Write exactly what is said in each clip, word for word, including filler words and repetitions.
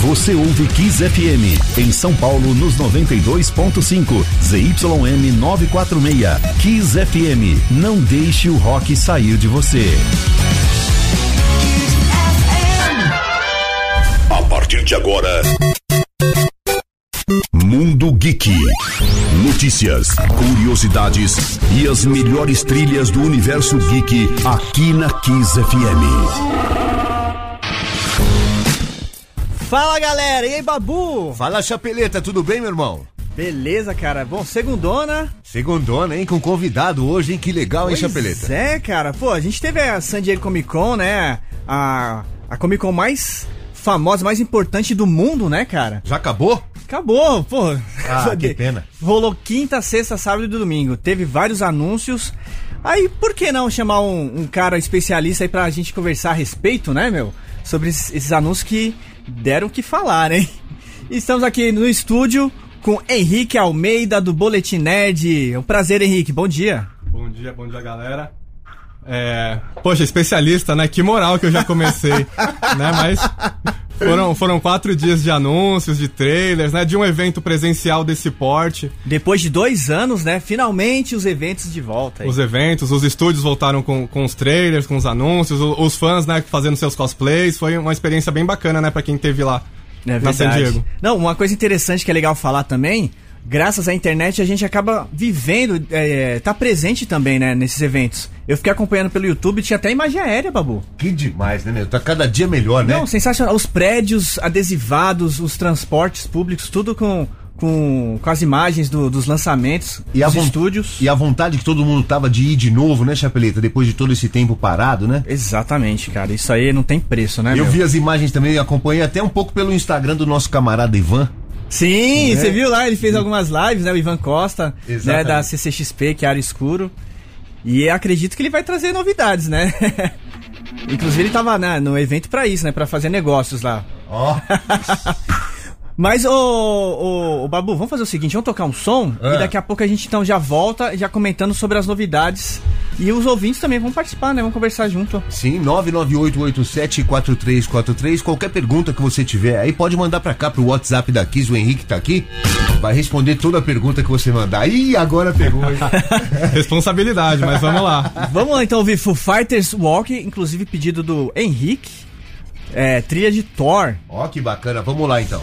Você ouve Kiss F M, em São Paulo nos noventa e dois ponto cinco, Z Y M novecentos e quarenta e seis. Kiss F M, não deixe o rock sair de você. A partir de agora, Mundo Geek. Notícias, curiosidades e as melhores trilhas do universo geek aqui na Kiss F M. Fala, galera, e aí, Babu? Fala, Chapeleta, tudo bem, meu irmão? Beleza, cara, bom, segundona. Segundona, hein, com convidado hoje, hein, que legal, pois hein, Chapeleta? É, cara, pô, a gente teve a San Diego Comic Con, né, a, a Comic Con mais famosa, mais importante do mundo, né, cara? Já acabou? Acabou, pô. Ah, que pena. Rolou quinta, sesta, sábado e domingo. Teve vários anúncios. Aí, por que não chamar um, um cara especialista aí pra gente conversar a respeito, né, meu? Sobre esses, esses anúncios que deram o que falar, hein? Estamos aqui no estúdio com Henrique Almeida, do Boletim Nerd. É um prazer, Henrique. Bom dia. Bom dia, bom dia, galera. É... Poxa, especialista, né? Que moral que eu já comecei, né? Mas... Foram, foram quatro dias de anúncios, de trailers, né? De um evento presencial desse porte. Depois de dois anos, né? Finalmente os eventos de volta. Aí. Os eventos, os estúdios voltaram com, com os trailers, com os anúncios, os, os fãs, né? Fazendo seus cosplays. Foi uma experiência bem bacana, né? Pra quem esteve lá, é na San Diego. Não, uma coisa interessante que é legal falar também... Graças à internet a gente acaba vivendo, é, tá presente também, né, nesses eventos. Eu fiquei acompanhando pelo YouTube, tinha até imagem aérea, Babu. Que demais, né, meu? Tá cada dia melhor, né? Não, sensacional. Os prédios adesivados, os transportes públicos, tudo com, com, com as imagens do, dos lançamentos, e dos a estúdios. E a vontade que todo mundo tava de ir de novo, né, Chapeleta? Depois de todo esse tempo parado, né? Exatamente, cara. Isso aí não tem preço, né, Eu meu? vi as imagens também, acompanhei até um pouco pelo Instagram do nosso camarada Ivan. Sim, é? Você viu lá, ele fez algumas lives, né, o Ivan Costa, né, da C C X P, que é Área Escuro. E acredito que ele vai trazer novidades, né? Inclusive ele tava, né, no evento pra isso, né, pra fazer negócios lá. Ó. Oh. Mas, ô, ô, ô, Babu, vamos fazer o seguinte, vamos tocar um som é. E daqui a pouco a gente então já volta, já comentando sobre as novidades. E os ouvintes também vão participar, né? Vamos conversar junto. Sim, nove nove oito oito sete quatro três quatro três. Qualquer pergunta que você tiver aí, pode mandar pra cá, pro WhatsApp da Kiss. O Henrique tá aqui, vai responder toda a pergunta que você mandar. Ih, agora pegou. Responsabilidade, mas vamos lá. Vamos lá então ouvir Foo Fighters Walk, inclusive pedido do Henrique. É, trilha de Thor. Ó, que bacana, vamos lá então.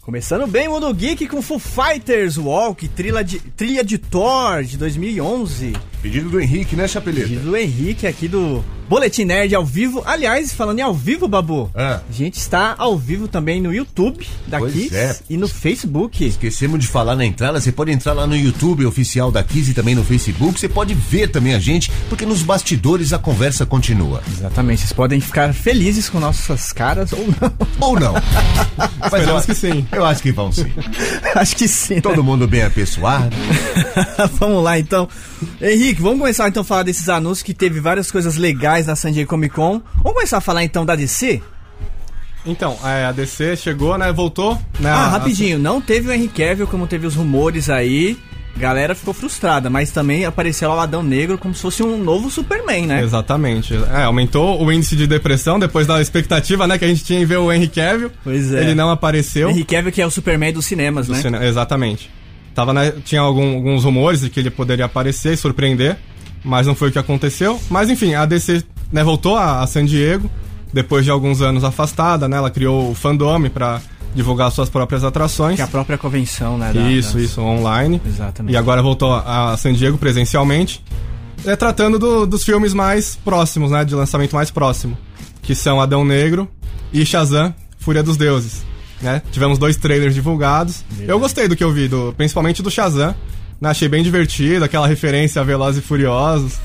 Começando bem, Mundo Geek com Foo Fighters Walk, trilha de, trilha de Thor de dois mil e onze. Pedido do Henrique, né, Chapeleta? Pedido do Henrique aqui do Boletim Nerd ao vivo. Aliás, falando em ao vivo, Babu, ah. a gente está ao vivo também no YouTube da Kiss é. e no Facebook. Esquecemos de falar na entrada, você pode entrar lá no YouTube oficial da Kiss e também no Facebook, você pode ver também a gente, porque nos bastidores a conversa continua. Exatamente, vocês podem ficar felizes com nossas caras ou não. Ou não. Mas Esperamos eu, que sim. Eu acho que vão sim. Acho que sim. Todo né? mundo bem apessoado. Vamos lá então. Henrique, vamos começar então a falar desses anúncios que teve várias coisas legais na San Diego Comic Con. Vamos começar a falar então da D C? Então, é, a D C chegou, né? Voltou. Né, Ah, a, rapidinho, não teve o Henry Cavill como teve os rumores aí. Galera ficou frustrada, mas também apareceu lá o Adão Negro como se fosse um novo Superman, né? Exatamente. É, aumentou o índice de depressão depois da expectativa, né, que a gente tinha em ver o Henry Cavill. Pois é. Ele não apareceu. Henry Cavill que é o Superman dos cinemas, Do né? cine... Exatamente. Tava, né, tinha algum, alguns rumores de que ele poderia aparecer e surpreender, mas não foi o que aconteceu. Mas enfim, a D C, né, voltou a, a San Diego depois de alguns anos afastada, né? Ela criou o Fandome pra divulgar suas próprias atrações. Que é a própria convenção, né? Da, isso, das... isso, online. Exatamente. E agora voltou a San Diego presencialmente, é, tratando do, dos filmes mais próximos, né? De lançamento mais próximo, que são Adão Negro e Shazam, Fúria dos Deuses. Né? Tivemos dois trailers divulgados. Verdade. Eu gostei do que eu vi, do, principalmente do Shazam. Né? Achei bem divertido, aquela referência a Velozes e Furiosos.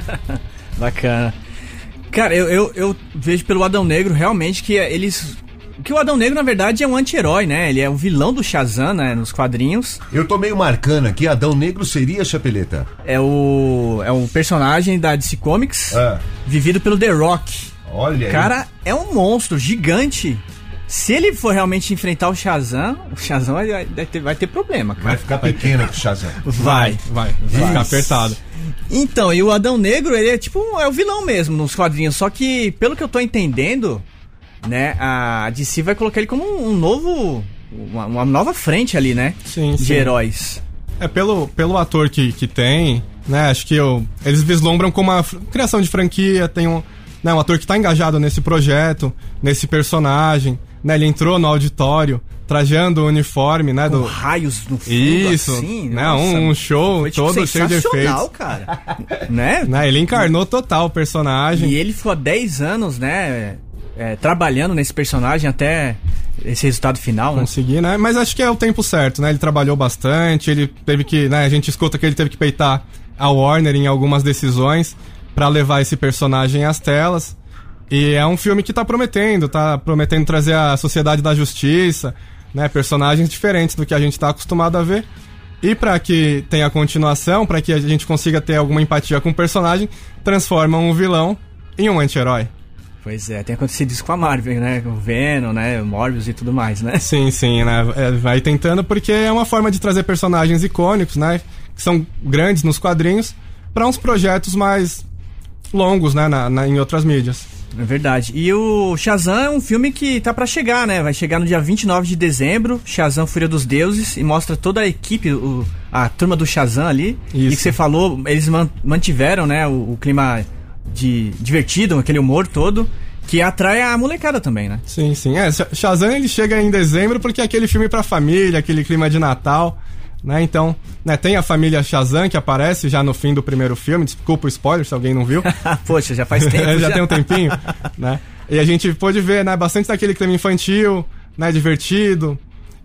Bacana. Cara, eu, eu, eu vejo pelo Adão Negro realmente que eles... Que o Adão Negro, na verdade, é um anti-herói, né? Ele é o vilão do Shazam, né? Nos quadrinhos. Eu tô meio marcando aqui, Adão Negro seria, Chapeleta? É o... É um personagem da D C Comics, ah. vivido pelo The Rock. Olha O cara é um monstro gigante. Se ele for realmente enfrentar o Shazam, o Shazam vai, vai, ter, vai ter problema, cara. Vai ficar pequeno com o Shazam. Vai. Vai, vai, vai ficar apertado. Então, e o Adão Negro, ele é tipo, é o vilão mesmo nos quadrinhos. Só que, pelo que eu tô entendendo, né, a D C vai colocar ele como um, um novo, uma, uma nova frente ali, né? Sim, de sim. heróis. É, pelo, pelo ator que, que tem, né, acho que eu, eles vislumbram como uma criação de franquia, tem um, né, um ator que tá engajado nesse projeto, nesse personagem, né, ele entrou no auditório, trajando o uniforme, né, Com do... raios no fundo, Isso, assim, né, nossa, um, um show foi, tipo, todo cheio de sensacional, efeitos. cara. né? né? Ele encarnou total o personagem. E ele ficou há dez anos, né, é, trabalhando nesse personagem até esse resultado final, né? Conseguir, né? Mas acho que é o tempo certo, né? Ele trabalhou bastante, ele teve que, né, a gente escuta que ele teve que peitar a Warner em algumas decisões pra levar esse personagem às telas. E é um filme que tá prometendo, tá prometendo trazer a Sociedade da Justiça, né, personagens diferentes do que a gente tá acostumado a ver. E pra que tenha continuação, pra que a gente consiga ter alguma empatia com o personagem, transforma um vilão em um anti-herói. Pois é, tem acontecido isso com a Marvel, né, com o Venom, né, o Morbius e tudo mais, né? Sim, sim, né, é, vai tentando porque é uma forma de trazer personagens icônicos, né, que são grandes nos quadrinhos, pra uns projetos mais longos, né, na, na, em outras mídias. É verdade. E o Shazam é um filme que tá pra chegar, né? Vai chegar no dia vinte e nove de dezembro, Shazam Fúria dos Deuses, e mostra toda a equipe, o, a turma do Shazam ali. Isso. E que você falou, eles mantiveram, né, o, o clima de divertido, aquele humor todo, que atrai a molecada também, né? Sim, sim. É, Shazam ele chega em dezembro porque é aquele filme pra família, aquele clima de Natal, né? Então, né, tem a família Shazam que aparece já no fim do primeiro filme. Desculpa o spoiler se alguém não viu. Poxa, já faz tempo. já, já tem um tempinho, né? E a gente pôde ver, né, bastante daquele clima infantil, né, divertido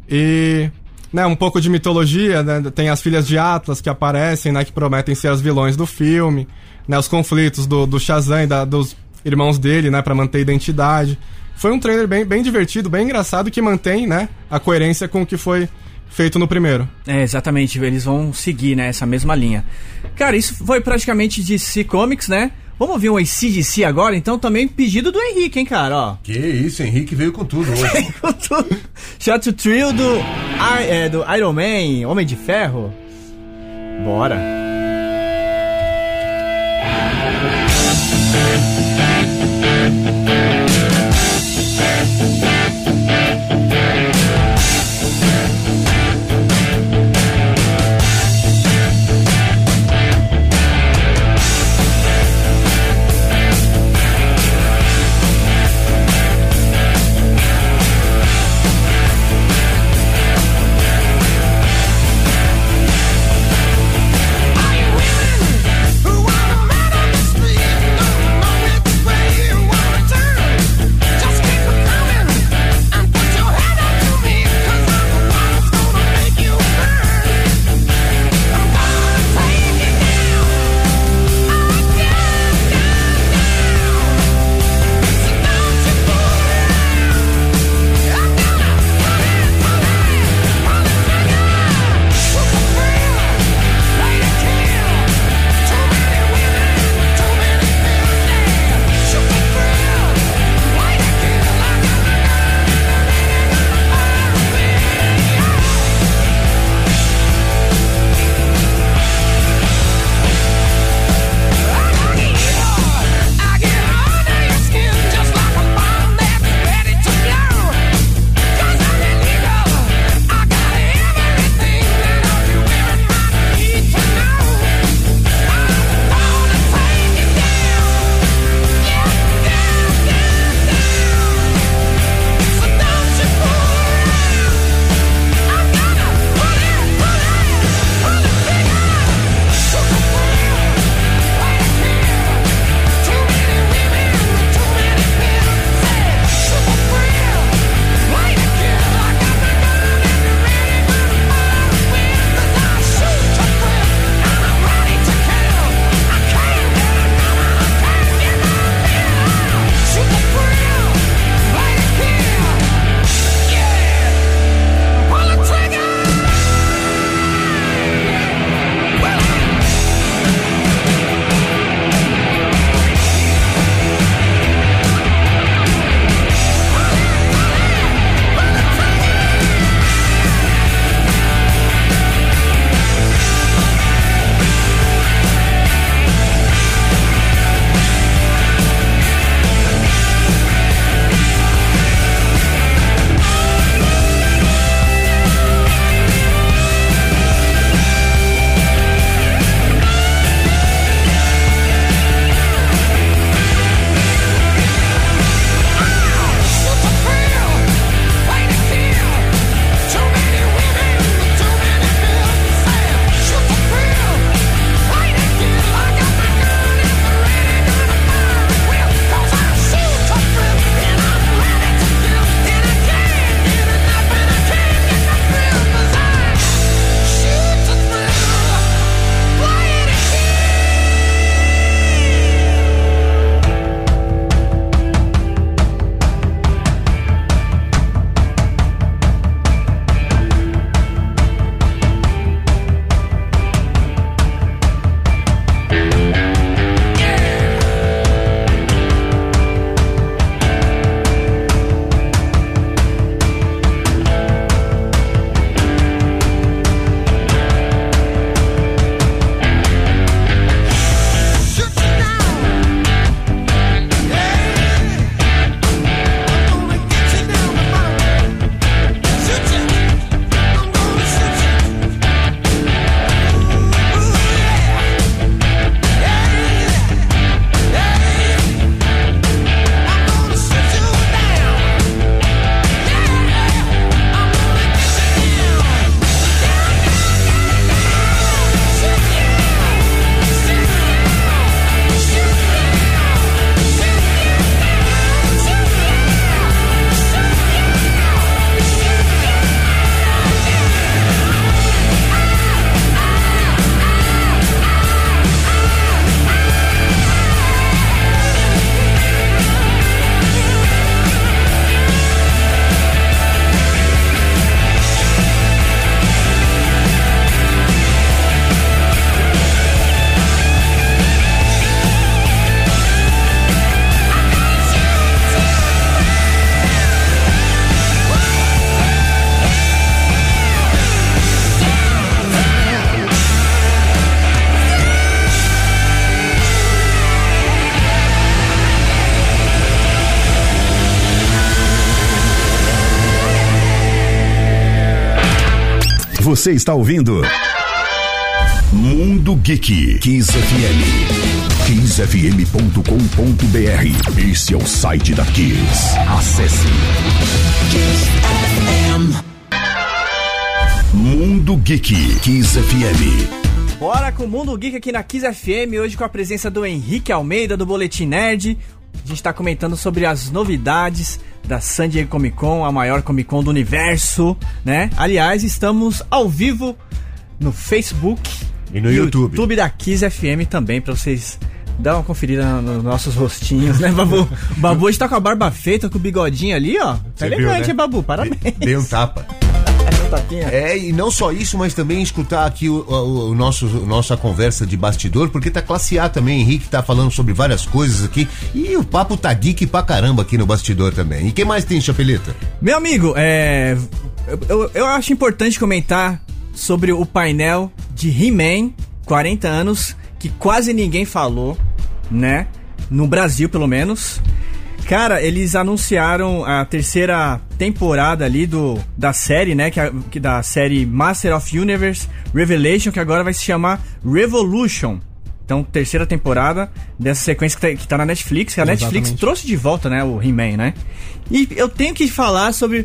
e, né, um pouco de mitologia, né? Tem as filhas de Atlas que aparecem, né, que prometem ser as vilões do filme, né, os conflitos do, do Shazam e da, dos irmãos dele, né, pra manter a identidade. Foi um trailer bem, bem divertido, bem engraçado, que mantém, né, a coerência com o que foi feito no primeiro. É, exatamente, eles vão seguir, né, essa mesma linha. Cara, isso foi praticamente D C Comics, né? Vamos ouvir um A C D C agora, então, também pedido do Henrique, hein, cara, ó. Que isso, Henrique veio com tudo hoje. com tudo. Shot to Thrill do, é, do Iron Man, Homem de Ferro. Bora. Você está ouvindo Mundo Geek Kiss F M. kiss f m ponto com ponto b r. Esse é o site da Kiss. Acesse Kiss F M. Mundo Geek Kiss F M. Bora com o Mundo Geek aqui na Kiss F M, hoje com a presença do Henrique Almeida, do Boletim Nerd. A gente tá comentando sobre as novidades da San Diego Comic Con, a maior Comic Con do universo, né? Aliás, estamos ao vivo no Facebook e no YouTube. YouTube da Kiss F M também, pra vocês dar uma conferida nos nossos rostinhos, né, Babu? O Babu hoje tá com a barba feita, com o bigodinho ali, ó. Tá elegante, hein, Babu? Parabéns. Dei um tapa. É, e não só isso, mas também escutar aqui o, o, o nosso, nossa conversa de bastidor, porque tá classe A também, Henrique tá falando sobre várias coisas aqui, e o papo tá geek pra caramba aqui no bastidor também. E quem mais tem, Chapeleta? Meu amigo, é, eu, eu, eu acho importante comentar sobre o painel de He-Man, quarenta anos, que quase ninguém falou, né, no Brasil pelo menos. Cara, eles anunciaram a terceira temporada ali do, da série, né? Que, a, que da série Master of Universe Revelation, que agora vai se chamar Revolution. Então, terceira temporada dessa sequência que tá, que tá na Netflix, que a Exatamente. Netflix trouxe de volta, né? O He-Man, né? E eu tenho que falar sobre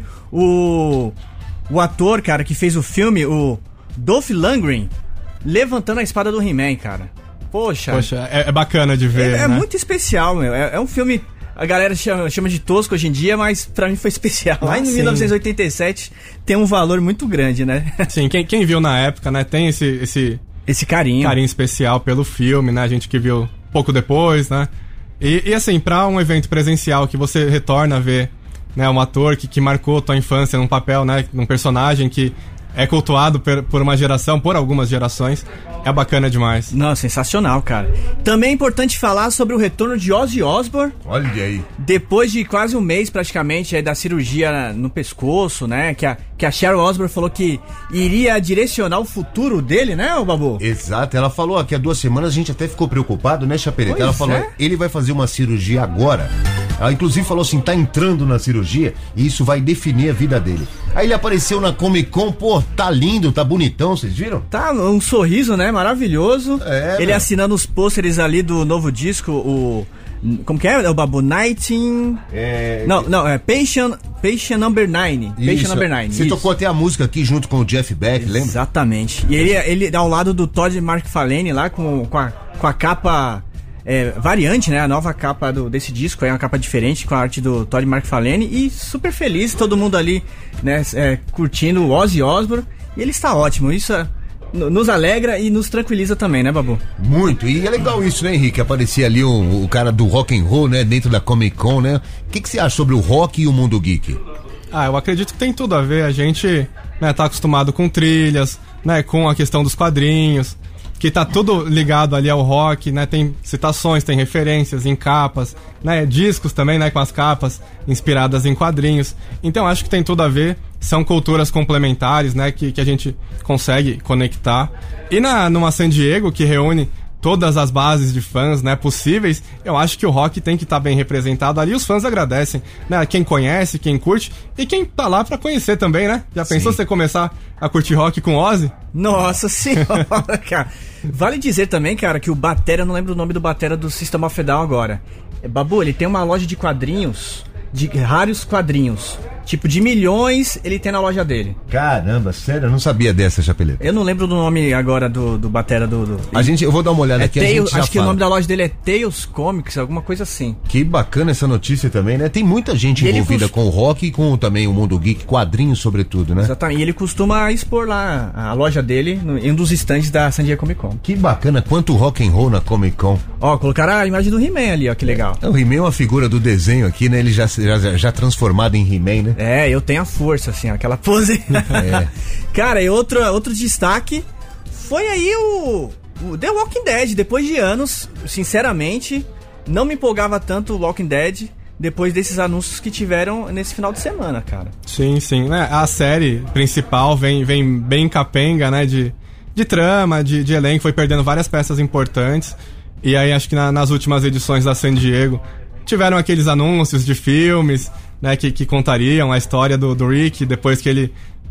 o, o ator, cara, que fez o filme, o Dolph Lundgren, levantando a espada do He-Man, cara. Poxa. Poxa, é, é bacana de ver, É, né? é muito especial, meu. É, é um filme... A galera chama, chama de tosco hoje em dia, mas pra mim foi especial. Lá ah, em sim. mil novecentos e oitenta e sete tem um valor muito grande, né? Sim, quem, quem viu na época, né, tem esse, esse, esse carinho. carinho especial pelo filme, né? A gente que viu pouco depois, né? E, e assim, pra um evento presencial que você retorna a ver, né, um ator que, que marcou tua infância num papel, né, num personagem que é cultuado por, por uma geração, por algumas gerações, é bacana demais. Não, sensacional, cara. Também é importante falar sobre o retorno de Ozzy Osbourne. Olha aí. Depois de quase um mês, praticamente, aí, da cirurgia no pescoço, né? Que a, que a Sharon Osbourne falou que iria direcionar o futuro dele, né, o Babu? Exato, ela falou aqui há duas semanas, a gente até ficou preocupado, né, Chapeleta? Pois ela falou, é. ele vai fazer uma cirurgia agora. Ela inclusive falou assim, tá entrando na cirurgia e isso vai definir a vida dele. Aí ele apareceu na Comic Con, pô, tá lindo, tá bonitão, vocês viram? Tá um sorriso, né, maravilhoso. É, ele mano. assinando os pôsteres ali do novo disco, o... Como que é, o Babu? nineteen... É... Não, não, é Patient, Patient Number nine. Patient Isso. Number nine. Você isso. tocou até a música aqui junto com o Jeff Beck, lembra? Exatamente. E ele, ele ao lado do Todd McFarlane lá, com, com, a, com a capa... É, variante, né? A nova capa do, desse disco é uma capa diferente com a arte do Todd McFarlane e super feliz, todo mundo ali, né, é, curtindo o Ozzy Osbourne e ele está ótimo, isso é, n- nos alegra e nos tranquiliza também, né, Babu? Muito, e é legal isso, né, Henrique? Aparecer ali o, o cara do rock and roll, né, dentro da Comic Con, né? O que, que você acha sobre o rock e o mundo geek? Ah, eu acredito que tem tudo a ver, a gente, né, tá acostumado com trilhas, né, com a questão dos quadrinhos, que tá tudo ligado ali ao rock, né? Tem citações, tem referências em capas, né? Discos também, né? Com as capas inspiradas em quadrinhos. Então acho que tem tudo a ver. São culturas complementares, né? Que, que a gente consegue conectar. E na, numa San Diego, que reúne todas as bases de fãs, né, possíveis, eu acho que o rock tem que estar tá bem representado ali. Os fãs agradecem, né? Quem conhece, quem curte e quem tá lá pra conhecer também, né? Já pensou Sim. você começar a curtir rock com Ozzy? Nossa senhora, cara. Vale dizer também, cara, que o batera, eu não lembro o nome do batera do System of a Down agora. Babu, ele tem uma loja de quadrinhos, de raros quadrinhos. Tipo, de milhões ele tem na loja dele. Caramba, sério? Eu não sabia dessa, Chapeleta. Eu não lembro do nome agora do, do batera do... do... A gente, eu vou dar uma olhada É aqui, Tails, a gente já acho que fala. o nome da loja dele é Tails Comics, alguma coisa assim. Que bacana essa notícia também, né? Tem muita gente E ele envolvida cust- com o rock e com também o mundo geek, quadrinhos sobretudo, né? Exatamente. E ele costuma expor lá a loja dele no, em um dos stands da San Diego Comic Con. Que bacana, quanto rock and roll na Comic Con. Ó, colocaram a imagem do He-Man ali, ó, que legal. O He-Man é uma figura do desenho aqui, né? Ele já, já, já transformado em He-Man, né? É, eu tenho a força, assim, ó, aquela pose. É. Cara, e outro, outro destaque foi aí o, o The Walking Dead. Depois de anos, sinceramente, não me empolgava tanto o Walking Dead depois desses anúncios que tiveram nesse final de semana, cara. Sim, sim, né? A série principal vem, vem bem capenga, né? De, de trama, de, de elenco, foi perdendo várias peças importantes. E aí acho que na, nas últimas edições da San Diego tiveram aqueles anúncios de filmes, né? Que, que contariam a história do, do Rick depois que ele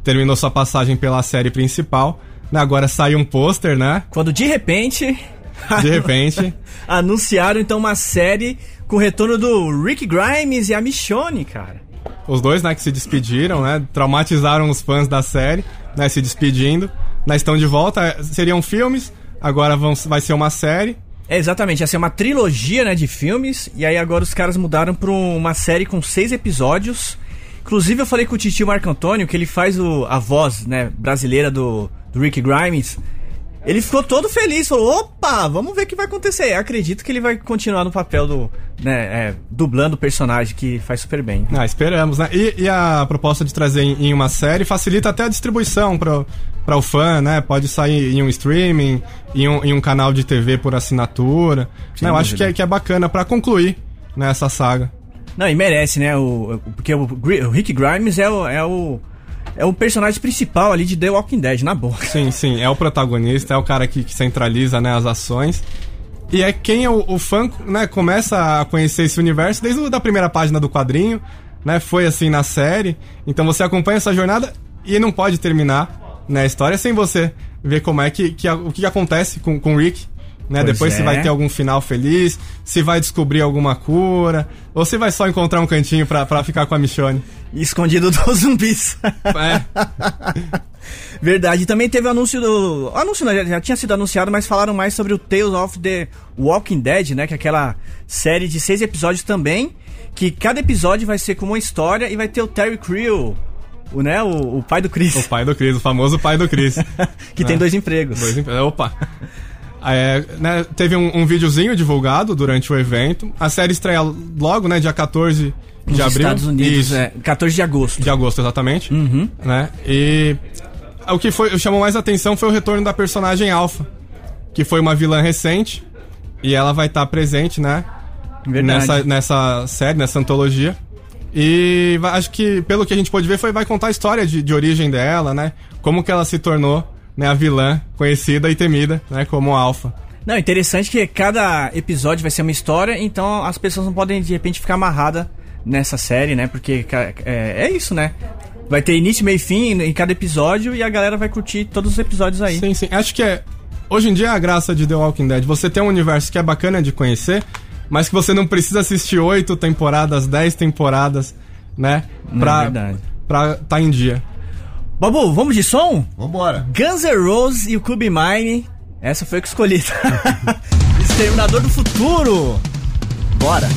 terminou sua passagem pela série principal. Agora saiu um pôster, né? Quando de repente... De repente... anunciaram então uma série com o retorno do Rick Grimes e a Michonne, cara. Os dois, né, que se despediram, né? Traumatizaram os fãs da série, né? Se despedindo. Né, estão de volta. Seriam filmes, agora vão, vai ser uma série. É, exatamente, ia ser uma trilogia, né, de filmes. E aí agora os caras mudaram pra uma série com seis episódios. Inclusive eu falei com o Titio Marco Antônio, que ele faz o, a voz, né, brasileira do, do Rick Grimes. Ele ficou todo feliz, falou, opa, vamos ver o que vai acontecer. Eu acredito que ele vai continuar no papel do, né, é, dublando o personagem, que faz super bem. Ah, esperamos, né? E, e a proposta de trazer em, em uma série facilita até a distribuição para para o fã, né? Pode sair em um streaming, em um, em um canal de T V por assinatura. Né? Eu acho que é, que é bacana para concluir, né, essa saga. Não, e merece, né? O, porque o, o Rick Grimes é o... É o... É o personagem principal ali de The Walking Dead, na boa. Sim, sim, é o protagonista, é o cara que, que centraliza, né, as ações. E é quem é o, o fã, né, começa a conhecer esse universo desde a primeira página do quadrinho, né, foi assim na série. Então você acompanha essa jornada e não pode terminar, né, a história sem você ver como é que, que o que acontece com, com o Rick. Né? Depois é. Se vai ter algum final feliz, se vai descobrir alguma cura, ou se vai só encontrar um cantinho pra, pra ficar com a Michonne. Escondido dos zumbis. É. Verdade. E também teve o anúncio do... O anúncio já, já tinha sido anunciado, mas falaram mais sobre o Tales of the Walking Dead, né? Que é aquela série de seis episódios também, que cada episódio vai ser com uma história e vai ter o Terry Crew, o, né? o, o pai do Chris. O pai do Chris, o famoso pai do Chris. Que é. Tem dois empregos. Dois empregos. Opa! É, né, teve um, um videozinho divulgado durante o evento. A série estreia logo, né, dia quatorze de abril. Estados Unidos, é, quatorze de agosto. De agosto, exatamente. Uhum. Né, e o que foi, chamou mais atenção foi o retorno da personagem Alpha, que foi uma vilã recente, e ela vai estar presente, né, nessa, nessa série, nessa antologia. E vai, acho que, pelo que a gente pôde ver, foi, vai contar a história de, de origem dela, né, como que ela se tornou, né, a vilã conhecida e temida, né, como Alpha. Não, interessante que cada episódio vai ser uma história, então as pessoas não podem de repente ficar amarradas nessa série, né, porque é, é isso, né, vai ter início, meio e fim em cada episódio e a galera vai curtir todos os episódios aí. Sim, sim, acho que é, hoje em dia é a graça de The Walking Dead, você tem um universo que é bacana de conhecer, mas que você não precisa assistir oito temporadas, dez temporadas, né, pra, não, é pra tá em dia. Babu, vamos de som? Vambora. Guns N' Roses e o Clube Mine. Essa foi a que escolhi. Exterminador do Futuro. Bora.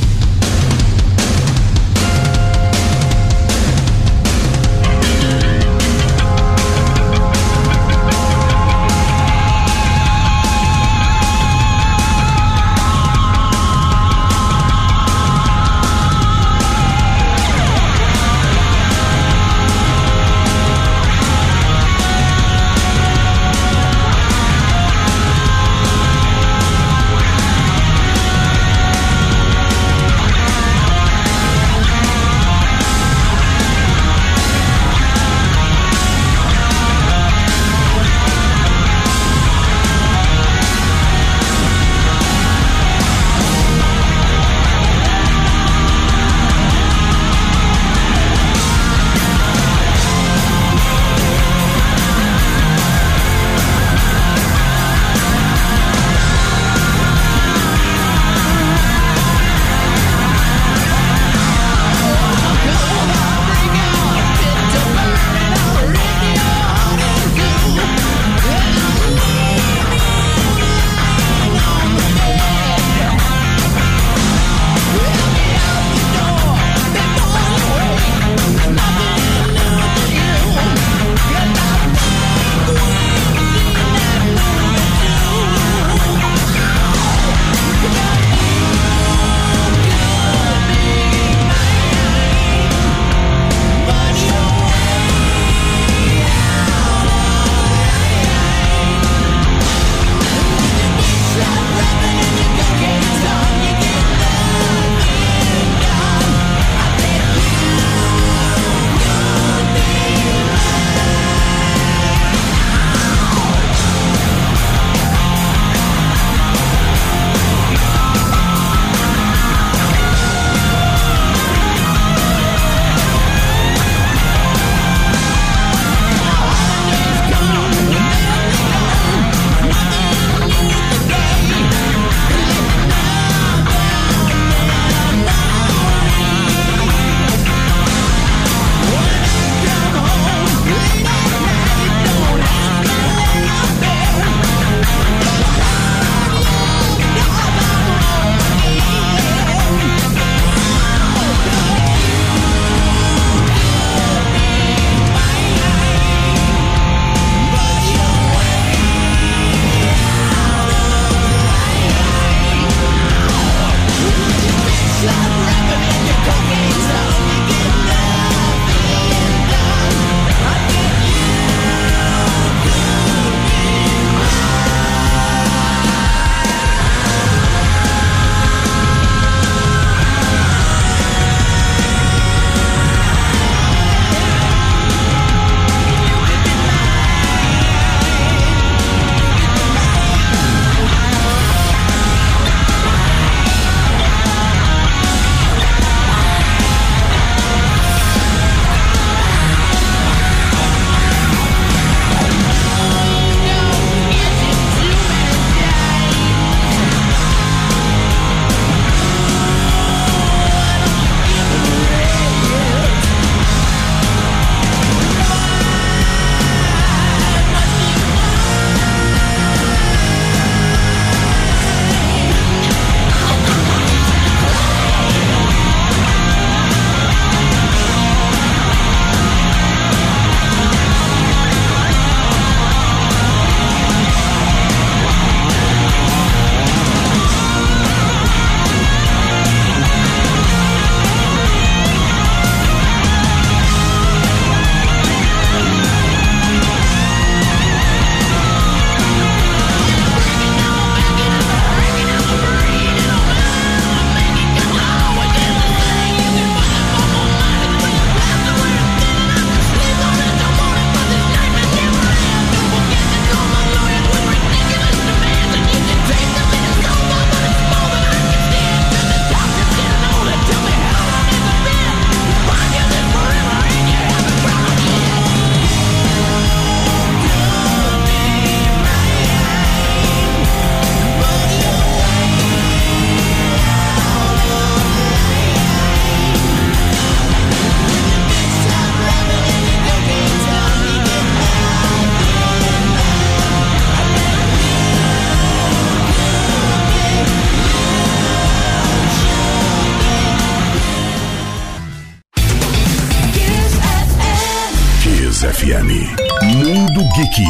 Mundo Geek.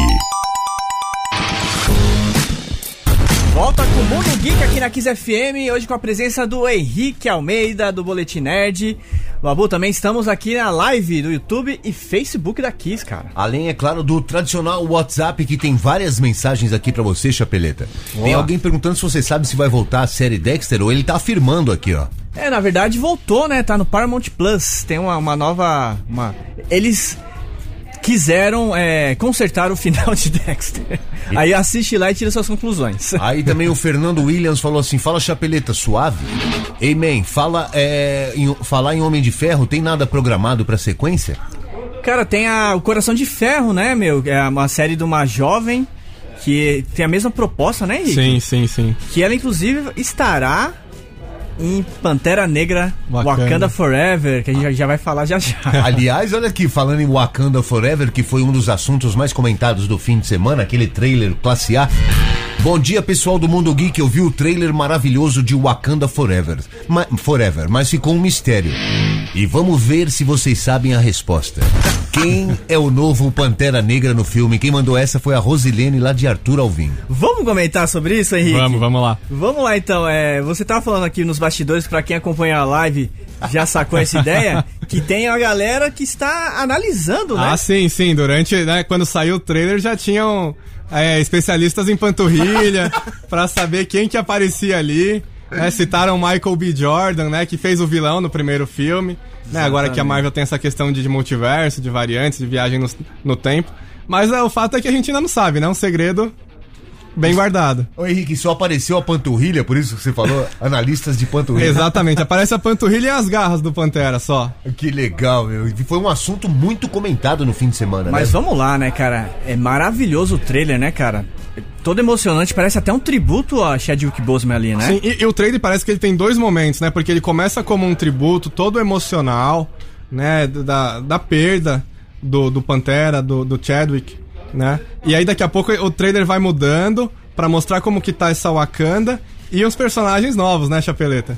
Volta com o Mundo Geek aqui na Kiss F M, hoje com a presença do Henrique Almeida, do Boletim Nerd. Babu, também estamos aqui na live do YouTube e Facebook da Kiss, cara. Além, é claro, do tradicional WhatsApp, que tem várias mensagens aqui pra você, Chapeleta. Boa. Tem alguém perguntando se você sabe se vai voltar a série Dexter, ou ele tá afirmando aqui, ó. É, na verdade voltou, né? Tá no Paramount Plus, tem uma, uma nova... Uma... Eles... quiseram é, consertar o final de Dexter. E... Aí assiste lá e tira suas conclusões. Aí também o Fernando Williams falou assim: fala, Chapeleta, suave? Amen, fala, é, em, falar em Homem de Ferro, tem nada programado pra sequência? Cara, tem a, o Coração de Ferro, né, meu? É uma série de uma jovem que tem a mesma proposta, né, Henrique? Sim, sim, sim. Que ela, inclusive, estará em Pantera Negra, Wakanda, Wakanda Forever, que a gente já, já vai falar já já. Aliás, olha aqui, falando em Wakanda Forever, que foi um dos assuntos mais comentados do fim de semana, aquele trailer classe A. Bom dia, pessoal do Mundo Geek, eu vi o trailer maravilhoso de Wakanda Forever, Ma- Forever, mas ficou um mistério. E vamos ver se vocês sabem a resposta. Quem é o novo Pantera Negra no filme? Quem mandou essa foi a Rosilene, lá de Arthur Alvim. Vamos comentar sobre isso, Henrique? Vamos, vamos lá. Vamos lá, então. É, você tava falando aqui nos bastidores, pra quem acompanha a live já sacou essa ideia, que tem a galera que está analisando, né? Ah, sim, sim. Durante, né, quando saiu o trailer, já tinham é, especialistas em panturrilha pra saber quem que aparecia ali. Né, citaram Michael B. Jordan, né, que fez o vilão no primeiro filme. Né, agora que a Marvel tem essa questão de, de multiverso, de variantes, de viagem no, no tempo. Mas é, o fato é que a gente ainda não sabe, né? Um segredo bem guardado. Ô Henrique, só apareceu a panturrilha, por isso que você falou, analistas de panturrilha. Exatamente, aparece a panturrilha e as garras do Pantera só. Que legal, meu. Foi um assunto muito comentado no fim de semana, Mas né? vamos lá, né, cara? É maravilhoso o trailer, né, cara? Todo emocionante, parece até um tributo a Chadwick Boseman ali, né? Sim, e, e o trailer parece que ele tem dois momentos, né? Porque ele começa como um tributo todo emocional, né? Da, da perda do, do Pantera, do, do Chadwick, né? E aí daqui a pouco o trailer vai mudando pra mostrar como que tá essa Wakanda e os personagens novos, né, Chapeleta?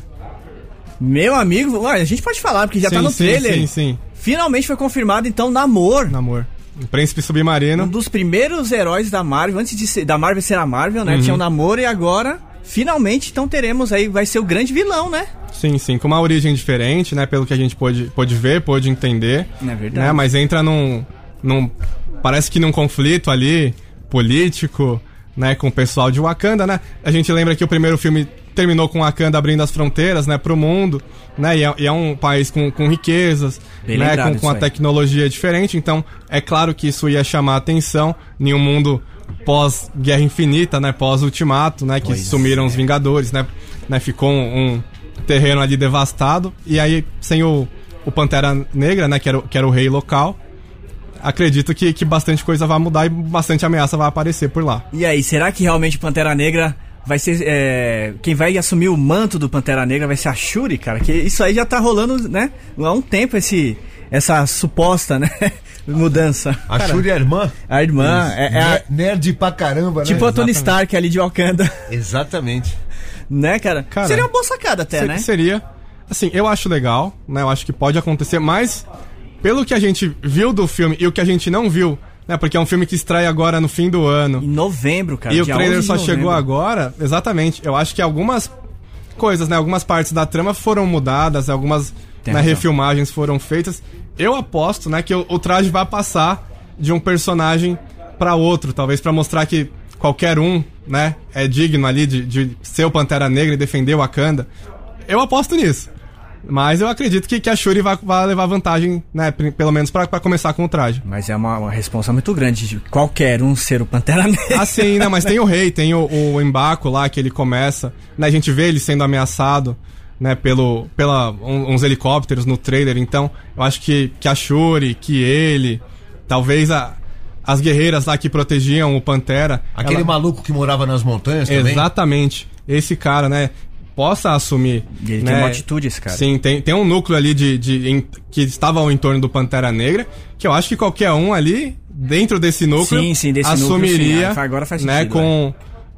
Meu amigo, a gente pode falar, porque já sim, tá no sim, trailer. Sim, sim. Finalmente foi confirmado, então, Namor. Namor. O Príncipe Submarino. Um dos primeiros heróis da Marvel, antes de ser, da Marvel ser a Marvel, né? Uhum. Tinha o Namor e agora, finalmente, então teremos aí, vai ser o grande vilão, né? Sim, sim, com uma origem diferente, né? Pelo que a gente pôde, pôde ver, pôde entender. É verdade. Né, mas entra num, num... Parece que num conflito ali, político, né? Com o pessoal de Wakanda, né? A gente lembra que o primeiro filme terminou com Wakanda abrindo as fronteiras, né? Pro mundo, né? E é, e é um país com, com riquezas, bem né? Com, com a tecnologia diferente. Então, é claro que isso ia chamar a atenção em um mundo pós-Guerra Infinita, né? Pós-Ultimato, né? Que pois sumiram é. os Vingadores, né? né? Ficou um, um terreno ali devastado. E aí, sem o, o Pantera Negra, né? Que era, que era o rei local, acredito que, que bastante coisa vai mudar e bastante ameaça vai aparecer por lá. E aí, será que realmente o Pantera Negra vai ser... É, quem vai assumir o manto do Pantera Negra vai ser a Shuri, cara? Que isso aí já tá rolando, né? Há um tempo esse, essa suposta, né? Mudança. A cara, Shuri é a irmã? A irmã. É, é a, nerd pra caramba, tipo né? a Tony Stark ali de Wakanda. Exatamente. Né, cara? cara? Seria uma boa sacada até, ser, né? Seria. Assim, eu acho legal, né? Eu acho que pode acontecer, mas pelo que a gente viu do filme e o que a gente não viu, né? Porque é um filme que estreia agora no fim do ano. Em novembro, cara. E o trailer só chegou agora, exatamente. Eu acho que algumas coisas, né? Algumas partes da trama foram mudadas, algumas né, refilmagens foram feitas. Eu aposto, né, que o, o traje vai passar de um personagem pra outro, talvez pra mostrar que qualquer um, né, é digno ali de, de ser o Pantera Negra e defender o Wakanda. Eu aposto nisso. Mas eu acredito que, que a Shuri vai, vai levar vantagem, né? Pelo menos pra, pra começar com o traje. Mas é uma, uma responsa muito grande de qualquer um ser o Pantera Negra. Ah, sim, né? Mas tem o rei, tem o, o M'Baku lá, que ele começa, né? A gente vê ele sendo ameaçado, né? Pelo, pela, um, uns helicópteros no trailer. Então, eu acho que, que a Shuri, que ele, talvez a... as guerreiras lá que protegiam o Pantera. Aquele ela... maluco que morava nas montanhas também? Exatamente. Esse cara, né? Possa assumir. E ele né? tem uma atitude, esse cara. Sim, tem, tem um núcleo ali de, de, em, que estava ao entorno do Pantera Negra, que eu acho que qualquer um ali, dentro desse núcleo, sim, sim, desse assumiria, núcleo, sim. Agora faz sentido, né, com,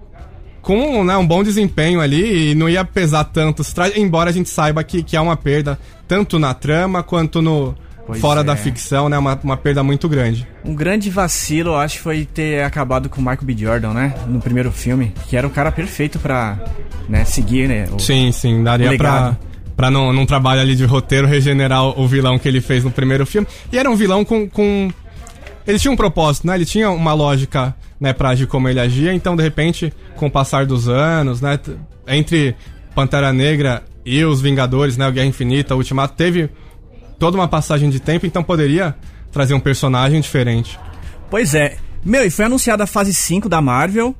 com né, um bom desempenho ali e não ia pesar tanto, embora a gente saiba que, que há uma perda tanto na trama quanto no, pois fora é. da ficção, né? Uma, uma perda muito grande. Um grande vacilo, eu acho, foi ter acabado com o Michael B. Jordan, né? No primeiro filme, que era o cara perfeito pra, né, seguir, né? O, sim, sim, daria pra, pra num, num trabalho ali de roteiro regenerar o vilão que ele fez no primeiro filme. E era um vilão com... com... Ele tinha um propósito, né? Ele tinha uma lógica, né, pra agir como ele agia. Então, de repente, com o passar dos anos, né, entre Pantera Negra e os Vingadores, né, o Guerra Infinita, o Ultimato, teve toda uma passagem de tempo, então poderia trazer um personagem diferente. Pois é. Meu, e foi anunciada a fase cinco da Marvel.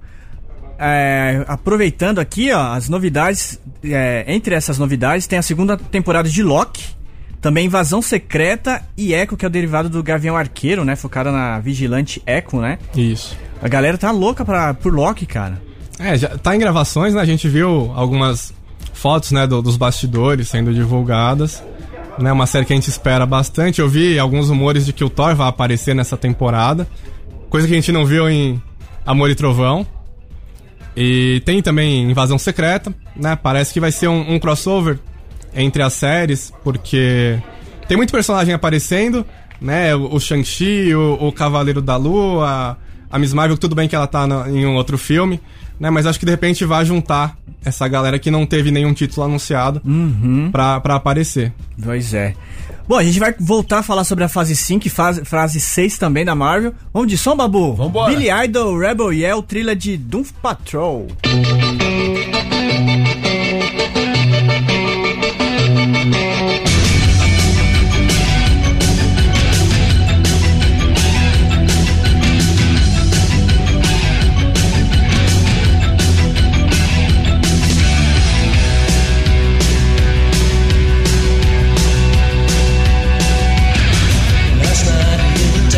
É, aproveitando aqui, ó, as novidades, é, entre essas novidades tem a segunda temporada de Loki, também Invasão Secreta e Echo, que é o derivado do Gavião Arqueiro, né, focada na vigilante Echo, né? Isso. A galera tá louca pra, por Loki, cara. É, já tá em gravações, né, a gente viu algumas fotos, né, do, dos bastidores sendo divulgadas, né, uma série que a gente espera bastante. Eu vi alguns rumores de que o Thor vai aparecer nessa temporada, coisa que a gente não viu em Amor e Trovão. E tem também Invasão Secreta, né, parece que vai ser um, um crossover entre as séries, porque tem muito personagem aparecendo, né, o, o Shang-Chi, o, o Cavaleiro da Lua, a Miss Marvel, tudo bem que ela tá no, em um outro filme, né, mas acho que de repente vai juntar essa galera que não teve nenhum título anunciado uhum. pra, pra aparecer. Pois é. Bom, a gente vai voltar a falar sobre a fase cinco e fase, fase seis também da Marvel. Vamos de som, Babu? Vambora. Billy Idol, Rebel Yell, trilha de Doom Patrol.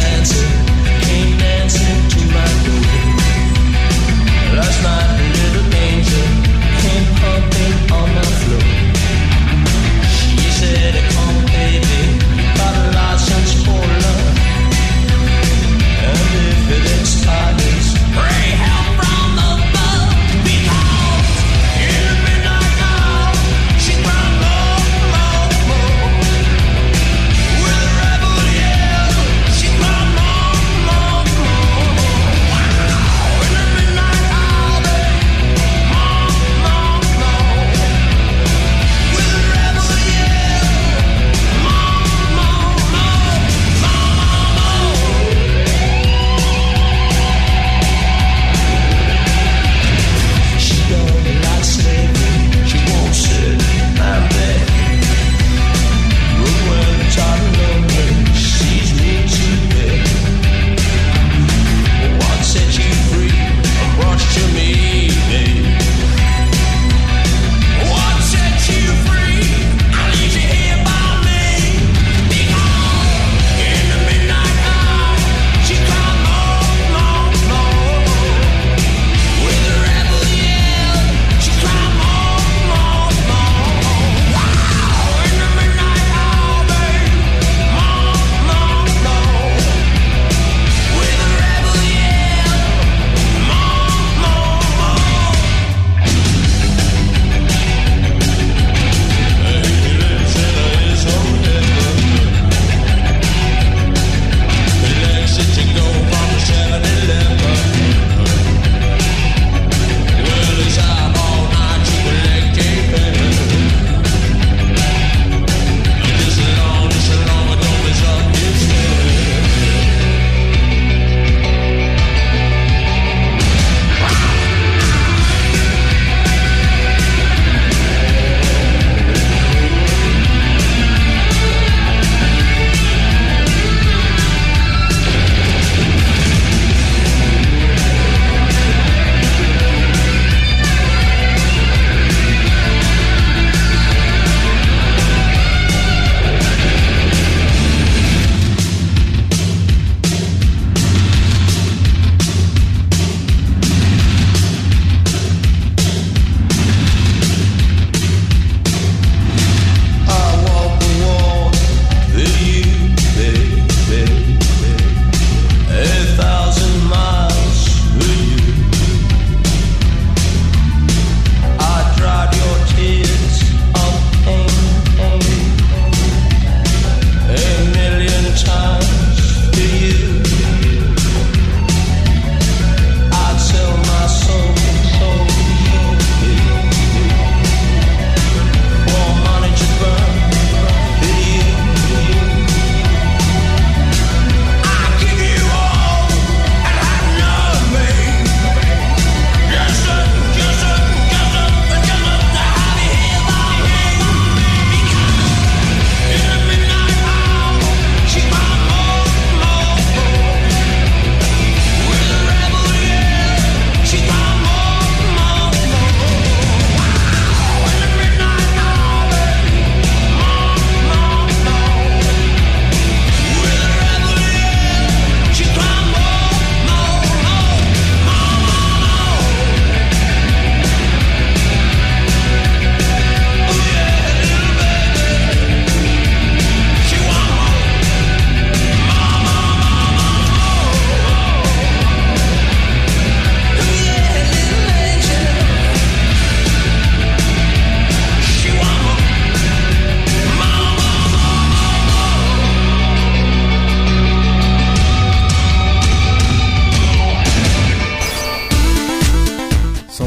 Last night a little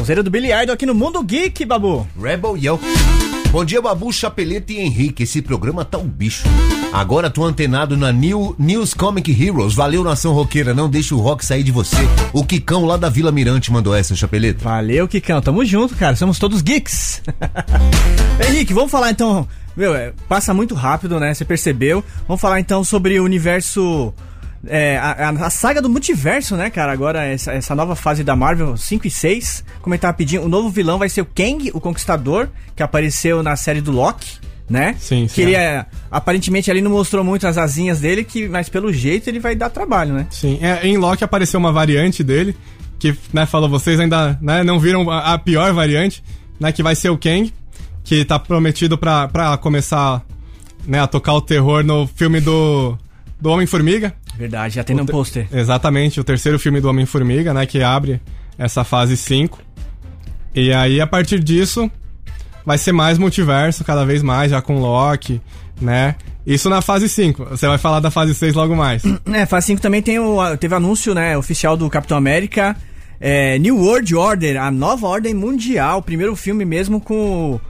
sonzeira do Billy Idol aqui no Mundo Geek, Babu. Rebel Yo. Bom dia, Babu, Chapeleta e Henrique. Esse programa tá um bicho. Agora tô antenado na New, News Comic Heroes. Valeu, nação roqueira. Não deixa o rock sair de você. O Kikão lá da Vila Mirante mandou essa, Chapeleta. Valeu, Kikão. Tamo junto, cara. Somos todos geeks. Henrique, vamos falar então... Meu, é, passa muito rápido, né? Você percebeu. Vamos falar então sobre o universo... É, a, a saga do multiverso, né, cara? Agora, essa, essa nova fase da Marvel cinco e seis. Comentar rapidinho, o novo vilão vai ser o Kang, o Conquistador, que apareceu na série do Loki, né? Sim, sim. Que ele é, aparentemente ali não mostrou muito as asinhas dele, que, mas pelo jeito ele vai dar trabalho, né? Sim, é, em Loki apareceu uma variante dele, que, né, falou, vocês ainda, né, não viram a, a pior variante, né, que vai ser o Kang, que tá prometido pra, pra começar, né, a tocar o terror no filme do, do Homem-Formiga. Verdade, já tem um pôster. Exatamente, o terceiro filme do Homem-Formiga, né, que abre essa fase cinco. E aí, a partir disso, vai ser mais multiverso, cada vez mais, já com Loki, né? Isso na fase cinco. Você vai falar da fase seis logo mais. É, fase cinco também tem o, teve anúncio, né, oficial do Capitão América, é, New World Order, a nova ordem mundial, o primeiro filme mesmo com,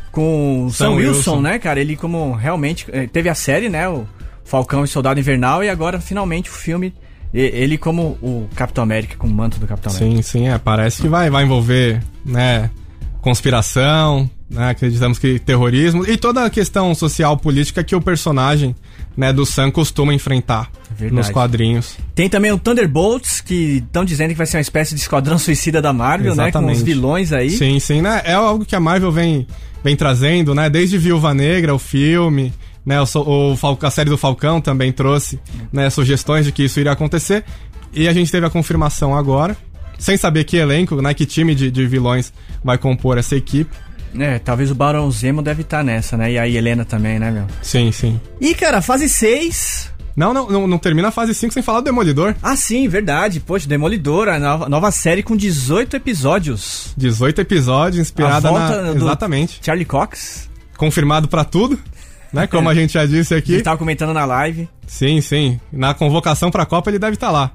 com Sam, Sam Wilson, Wilson, né, cara? Ele como realmente, teve a série, né, o Falcão e Soldado Invernal, e agora finalmente o filme, ele como o Capitão América, com o manto do Capitão América. Sim, sim, é, parece que vai, vai envolver, né, conspiração, né, acreditamos que terrorismo e toda a questão social, política que o personagem, né, do Sam costuma enfrentar. Verdade. Nos quadrinhos. Tem também o Thunderbolts, que estão dizendo que vai ser uma espécie de esquadrão suicida da Marvel, exatamente, né, com os vilões aí. Sim, sim, né, é algo que a Marvel vem, vem trazendo, né, desde Viúva Negra, o filme... Né, o, o, a série do Falcão também trouxe, né, sugestões de que isso iria acontecer. E a gente teve a confirmação agora, sem saber que elenco, né, que time de, de vilões vai compor essa equipe. É, talvez o Barão Zemo deve estar tá nessa, né? E a Helena também, né, meu? Sim, sim. E, cara, fase seis... Não, não, não, não termina a fase cinco sem falar do Demolidor. Ah, sim, verdade. Poxa, Demolidor, a nova, nova série com dezoito episódios. dezoito episódios, inspirada na... Exatamente. Charlie Cox. Confirmado pra tudo. Né, como a gente já disse aqui. Ele tava comentando na live. Sim, sim. Na convocação pra Copa ele deve estar lá.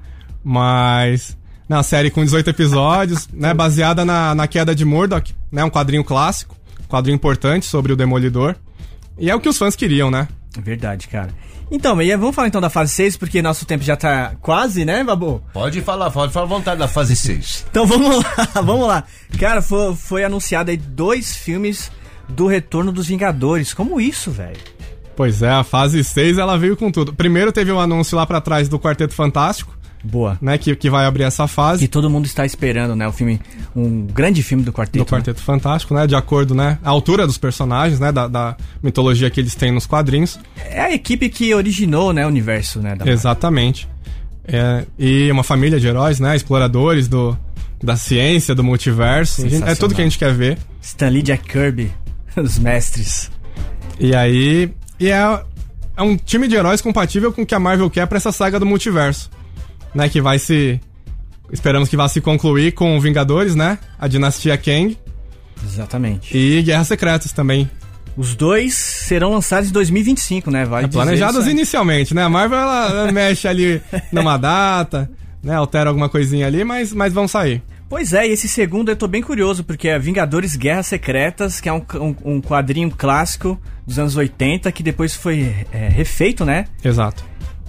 Mas... Na série com dezoito episódios, né, baseada na, na queda de Murdoch, né, um quadrinho clássico, um quadrinho importante sobre o Demolidor. E é o que os fãs queriam, né? Verdade, cara. Então, vamos falar então da fase seis, porque nosso tempo já tá quase, né, Babu? Pode falar, pode falar à vontade da fase seis. Então vamos lá, vamos lá. Cara, foi, foi anunciado aí dois filmes... do Retorno dos Vingadores. Como isso, velho? Pois é, a fase seis ela veio com tudo. Primeiro teve um anúncio lá pra trás do Quarteto Fantástico. Boa. Né, que, que vai abrir essa fase. Que todo mundo está esperando, né? O filme, um grande filme do Quarteto. Do Quarteto né? Fantástico, né? De acordo, né? A altura dos personagens, né? Da, da mitologia que eles têm nos quadrinhos. É a equipe que originou, né? O universo, né? Da Exatamente. É, e uma família de heróis, né? Exploradores do, da ciência, do multiverso. É tudo que a gente quer ver. Stan Lee, Jack Kirby. Os mestres. E aí... E é, é um time de heróis compatível com o que a Marvel quer pra essa saga do multiverso. Né? Que vai se... Esperamos que vá se concluir com Vingadores, né? A dinastia Kang. Exatamente. E Guerras Secretas também. Os dois serão lançados em dois mil e vinte e cinco, né? Vale é, planejados isso, inicialmente, né? A Marvel, ela, ela mexe ali numa data, né? Altera alguma coisinha ali, mas, mas vão sair. Pois é, e esse segundo eu tô bem curioso, porque é Vingadores Guerras Secretas, que é um, um, um quadrinho clássico dos anos oitenta, que depois foi é, refeito, né? Exato.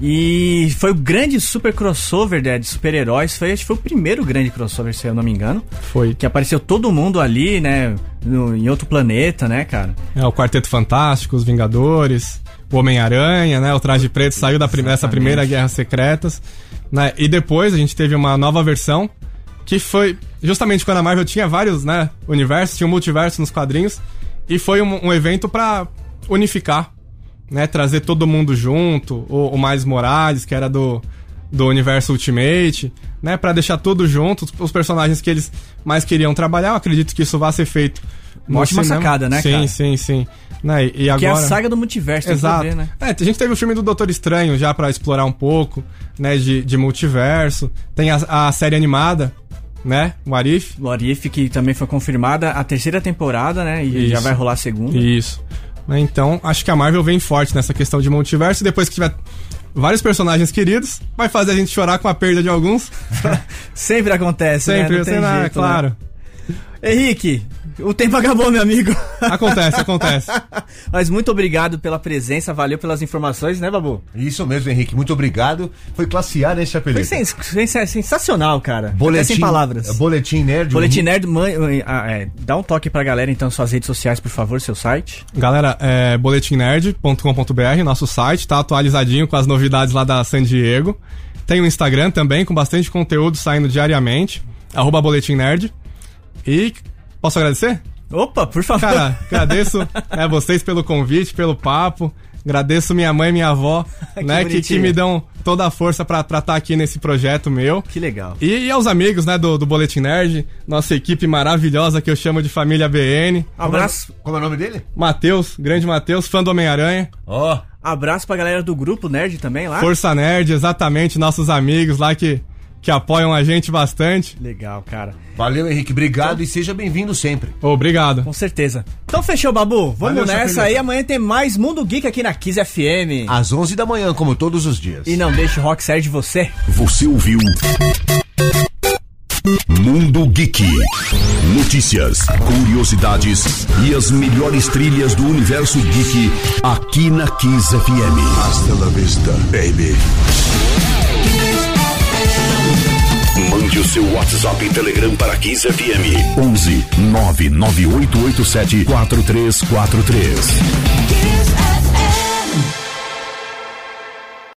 E foi o grande super crossover, né, de super-heróis, foi, acho que foi o primeiro grande crossover, se eu não me engano. Foi. Que apareceu todo mundo ali, né, no, em outro planeta, né, cara? É, o Quarteto Fantástico, os Vingadores, o Homem-Aranha, né, o Traje Preto saiu da prim- dessa primeira Guerras Secretas, né, e depois a gente teve uma nova versão, que foi justamente quando a Marvel tinha vários, né, universos, tinha um multiverso nos quadrinhos, e foi um, um evento pra unificar, né, trazer todo mundo junto, o, o Miles Morales, que era do, do universo Ultimate, né, pra deixar tudo junto, os, os personagens que eles mais queriam trabalhar. Eu acredito que isso vai ser feito. Uma ótima cinema. Sacada, né, sim, cara? Sim, sim, sim. Né, e, e agora... Que é a saga do multiverso. Exato. Ver, né? É, a gente teve o filme do Doutor Estranho já pra explorar um pouco, né, de, de multiverso. Tem a, a série animada, né, o What If. O What If, que também foi confirmada a terceira temporada, né, e isso. Já vai rolar a segunda. Isso. Então, acho que a Marvel vem forte nessa questão de multiverso. E depois que tiver vários personagens queridos, vai fazer a gente chorar com a perda de alguns. Sempre acontece, Sempre, né? Não tem jeito, é claro. Né? Henrique, o tempo acabou, meu amigo. Acontece, acontece. Mas muito obrigado pela presença, valeu pelas informações, né, Babu? Isso mesmo, Henrique, muito obrigado. Foi classe A, né, Chapeleta? Foi sens sens sensacional, cara. Boletim, Até sem palavras. Boletim Nerd. Boletim Nerd, mãe, ah, é, dá um toque pra galera, então, suas redes sociais, por favor, seu site. Galera, é boletim nerd ponto com ponto b r, nosso site, tá atualizadinho com as novidades lá da San Diego. Tem o Instagram também, com bastante conteúdo saindo diariamente, arroba Boletim Nerd. E posso agradecer? Opa, por favor. Cara, agradeço é, vocês pelo convite, pelo papo. Agradeço minha mãe e minha avó, que né, que, que me dão toda a força pra estar tá aqui nesse projeto meu. Que legal. E, e aos amigos, né, do, do Boletim Nerd, nossa equipe maravilhosa que eu chamo de Família B N. Abraço. Como é o nome dele? Matheus, grande Matheus, fã do Homem-Aranha. Ó. Oh. Abraço pra galera do Grupo Nerd também lá. Força Nerd, exatamente, nossos amigos lá que, que apoiam a gente bastante. Legal, cara. Valeu, Henrique, obrigado então, e seja bem-vindo sempre. Obrigado. Com certeza. Então fechou, Babu. Vamos Valeu, nessa Chapeleta. Aí, amanhã tem mais Mundo Geek aqui na Kiss F M. Às onze da manhã, como todos os dias. E não deixe o rock sair de você. Você ouviu Mundo Geek. Notícias, curiosidades e as melhores trilhas do universo geek aqui na Kiss F M. Hasta la vista, baby. Mande o seu WhatsApp e Telegram para Kiss F M. onze nove nove oito oito sete quatro três quatro três.